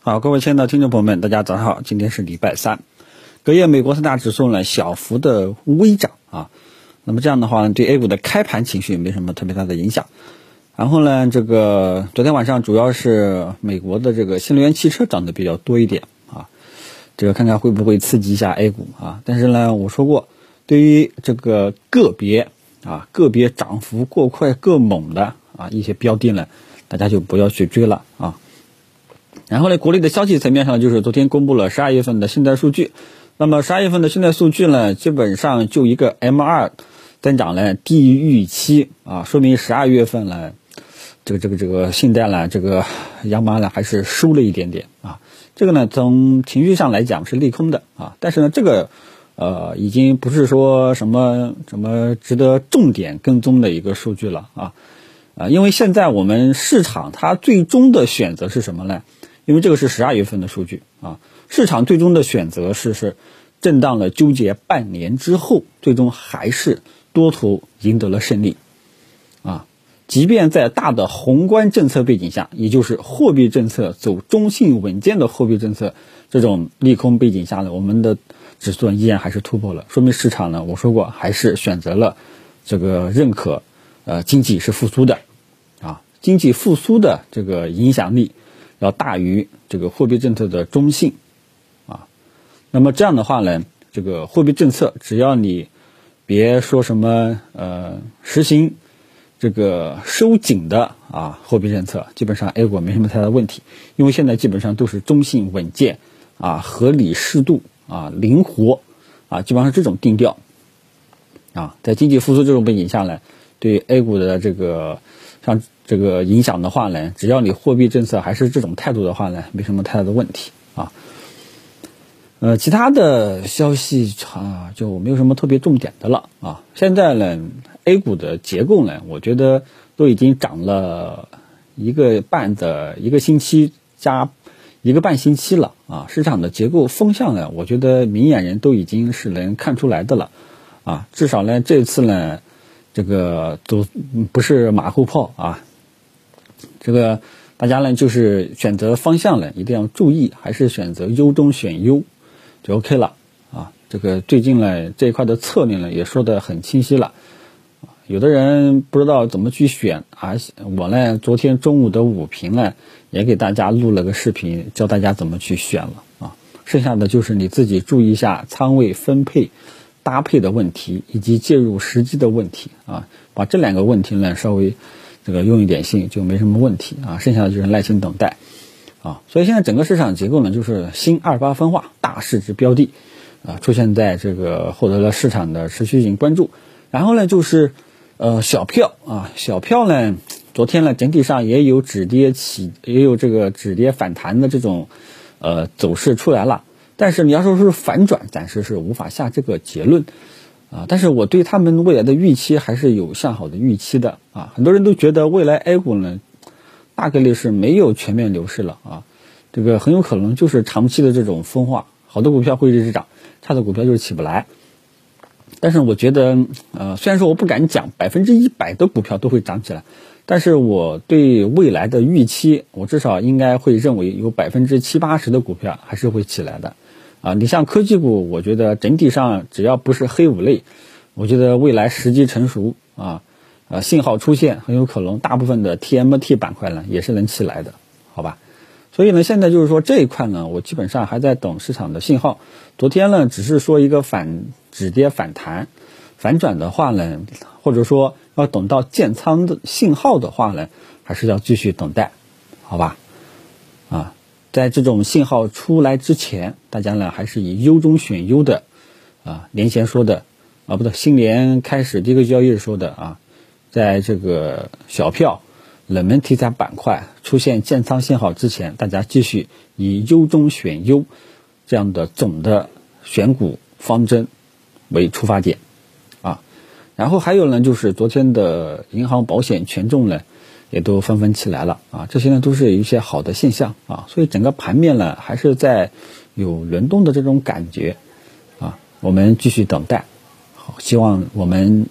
好，各位亲爱的听众朋友们，大家早上好，今天是礼拜三。隔夜美国三大指数呢小幅的微涨啊，那么这样的话呢，对 A 股的开盘情绪没什么特别大的影响。然后呢，这个昨天晚上主要是美国的这个新能源汽车涨得比较多一点啊，这个看看会不会刺激一下 A 股啊。但是呢，我说过，对于这个个别涨幅过快过猛的啊一些标的呢，大家就不要去追了啊。然后呢，国内的消息层面上，就是昨天公布了12月份的信贷数据。那么12月份的信贷数据呢，基本上就一个 M2 增长呢低于预期啊，说明12月份呢，这个信贷呢，这个央妈呢还是输了一点点啊。这个呢，从情绪上来讲是利空的啊，但是呢，这个已经不是说什么值得重点跟踪的一个数据了啊。因为现在我们市场它最终的选择是什么呢？因为这个是12月份的数据啊，市场最终的选择是震荡了纠结半年之后，最终还是多头赢得了胜利啊。即便在大的宏观政策背景下，也就是货币政策走中性稳健的货币政策这种利空背景下呢，我们的指数依然还是突破了，说明市场呢，我说过还是选择了这个认可经济是复苏的啊，经济复苏的这个影响力要大于这个货币政策的中性啊。那么这样的话呢，这个货币政策只要你别说什么实行这个收紧的啊货币政策，基本上 A 股没什么太大的问题，因为现在基本上都是中性稳健啊，合理适度啊，灵活啊，基本上是这种定调啊。在经济复苏这种背景下呢，对 A 股的这个像这个影响的话呢，只要你货币政策还是这种态度的话呢，没什么太大的问题啊。其他的消息啊，就没有什么特别重点的了啊。现在呢 ，A 股的结构呢，我觉得都已经涨了一个半星期加一个半星期了啊。市场的结构风向呢，我觉得明眼人都已经是能看出来的了啊。至少呢，这次呢，这个都不是马后炮啊。这个大家呢，就是选择方向呢，一定要注意，还是选择优中选优就 OK 了啊。这个最近呢，这一块的策略呢也说得很清晰了。有的人不知道怎么去选啊，我呢昨天中午的午评呢也给大家录了个视频，教大家怎么去选了啊。剩下的就是你自己注意一下仓位分配、搭配的问题，以及介入时机的问题啊。把这两个问题呢稍微这个用一点心就没什么问题啊。剩下的就是耐心等待啊。所以现在整个市场结构呢，就是新28分化，大市值标的啊出现在这个获得了市场的持续性关注。然后呢，就是小票啊，小票呢，昨天呢整体上也有止跌这个止跌反弹的这种走势出来了。但是你要说是反转，暂时是无法下这个结论啊。但是我对他们未来的预期还是有向好的预期的啊。很多人都觉得未来 A 股呢，大概率是没有全面牛市了啊，这个很有可能就是长期的这种分化，好的股票会一直涨，差的股票就是起不来。但是我觉得虽然说我不敢讲100%的股票都会涨起来，但是我对未来的预期，我至少应该会认为有70-80%的股票还是会起来的啊。你像科技股，我觉得整体上只要不是黑五类，我觉得未来时机成熟啊，信号出现，很有可能大部分的 TMT 板块呢也是能起来的，好吧？所以呢，现在就是说这一块呢，我基本上还在等市场的信号。昨天呢，只是说一个止跌反弹，反转的话呢，或者说要等到建仓的信号的话呢，还是要继续等待，好吧？啊，在这种信号出来之前，大家呢还是以优中选优的啊，年前说的啊，不对，新年开始第一个交易日说的啊，在这个小票冷门题材板块出现建仓信号之前，大家继续以优中选优这样的总的选股方针为出发点啊。然后还有呢，就是昨天的银行保险权重呢也都纷纷起来了啊，这些呢都是一些好的现象啊。所以整个盘面呢还是在有轮动的这种感觉啊，我们继续等待。好，希望我们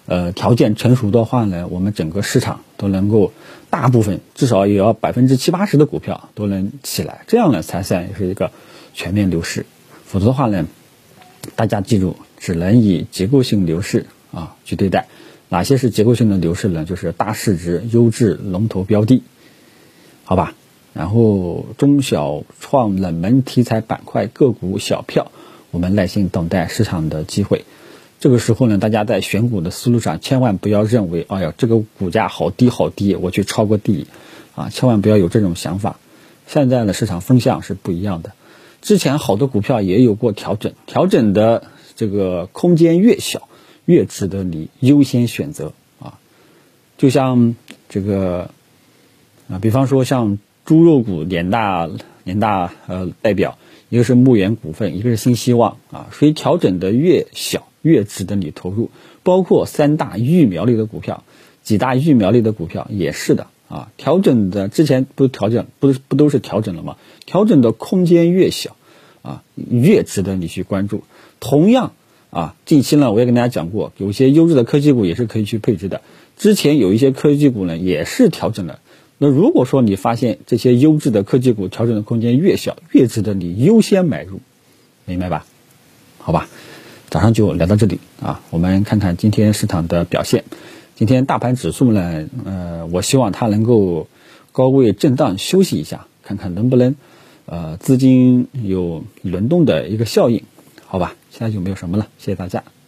条件成熟的话呢，我们整个市场都能够大部分至少也要70%-80%的股票都能起来，这样呢才算是一个全面牛市。否则的话呢，大家记住，只能以结构性牛市去对待。哪些是结构性的牛市呢？就是大市值、优质龙头标的，好吧。然后中小创冷门题材板块个股小票，我们耐心等待市场的机会。这个时候呢，大家在选股的思路上千万不要认为，哎呀，这个股价好低好低，我去抄个底千万不要有这种想法。现在的市场风向是不一样的，之前好多股票也有过调整的这个空间越小，越值得你优先选择就像这个比方说像猪肉股两大代表，一个是牧原股份，一个是新希望所以调整的越小越值得你投入。包括三大育苗类的股票，几大育苗类的股票也是的调整的之前不都是调整了吗？调整的空间越小越值得你去关注。同样近期呢，我也跟大家讲过，有些优质的科技股也是可以去配置的。之前有一些科技股呢也是调整了，那如果说你发现这些优质的科技股调整的空间越小，越值得你优先买入，明白吧？好吧，早上就聊到这里我们看看今天市场的表现。今天大盘指数呢，我希望它能够高位震荡休息一下，看看能不能资金有轮动的一个效应，好吧？现在就没有什么了，谢谢大家。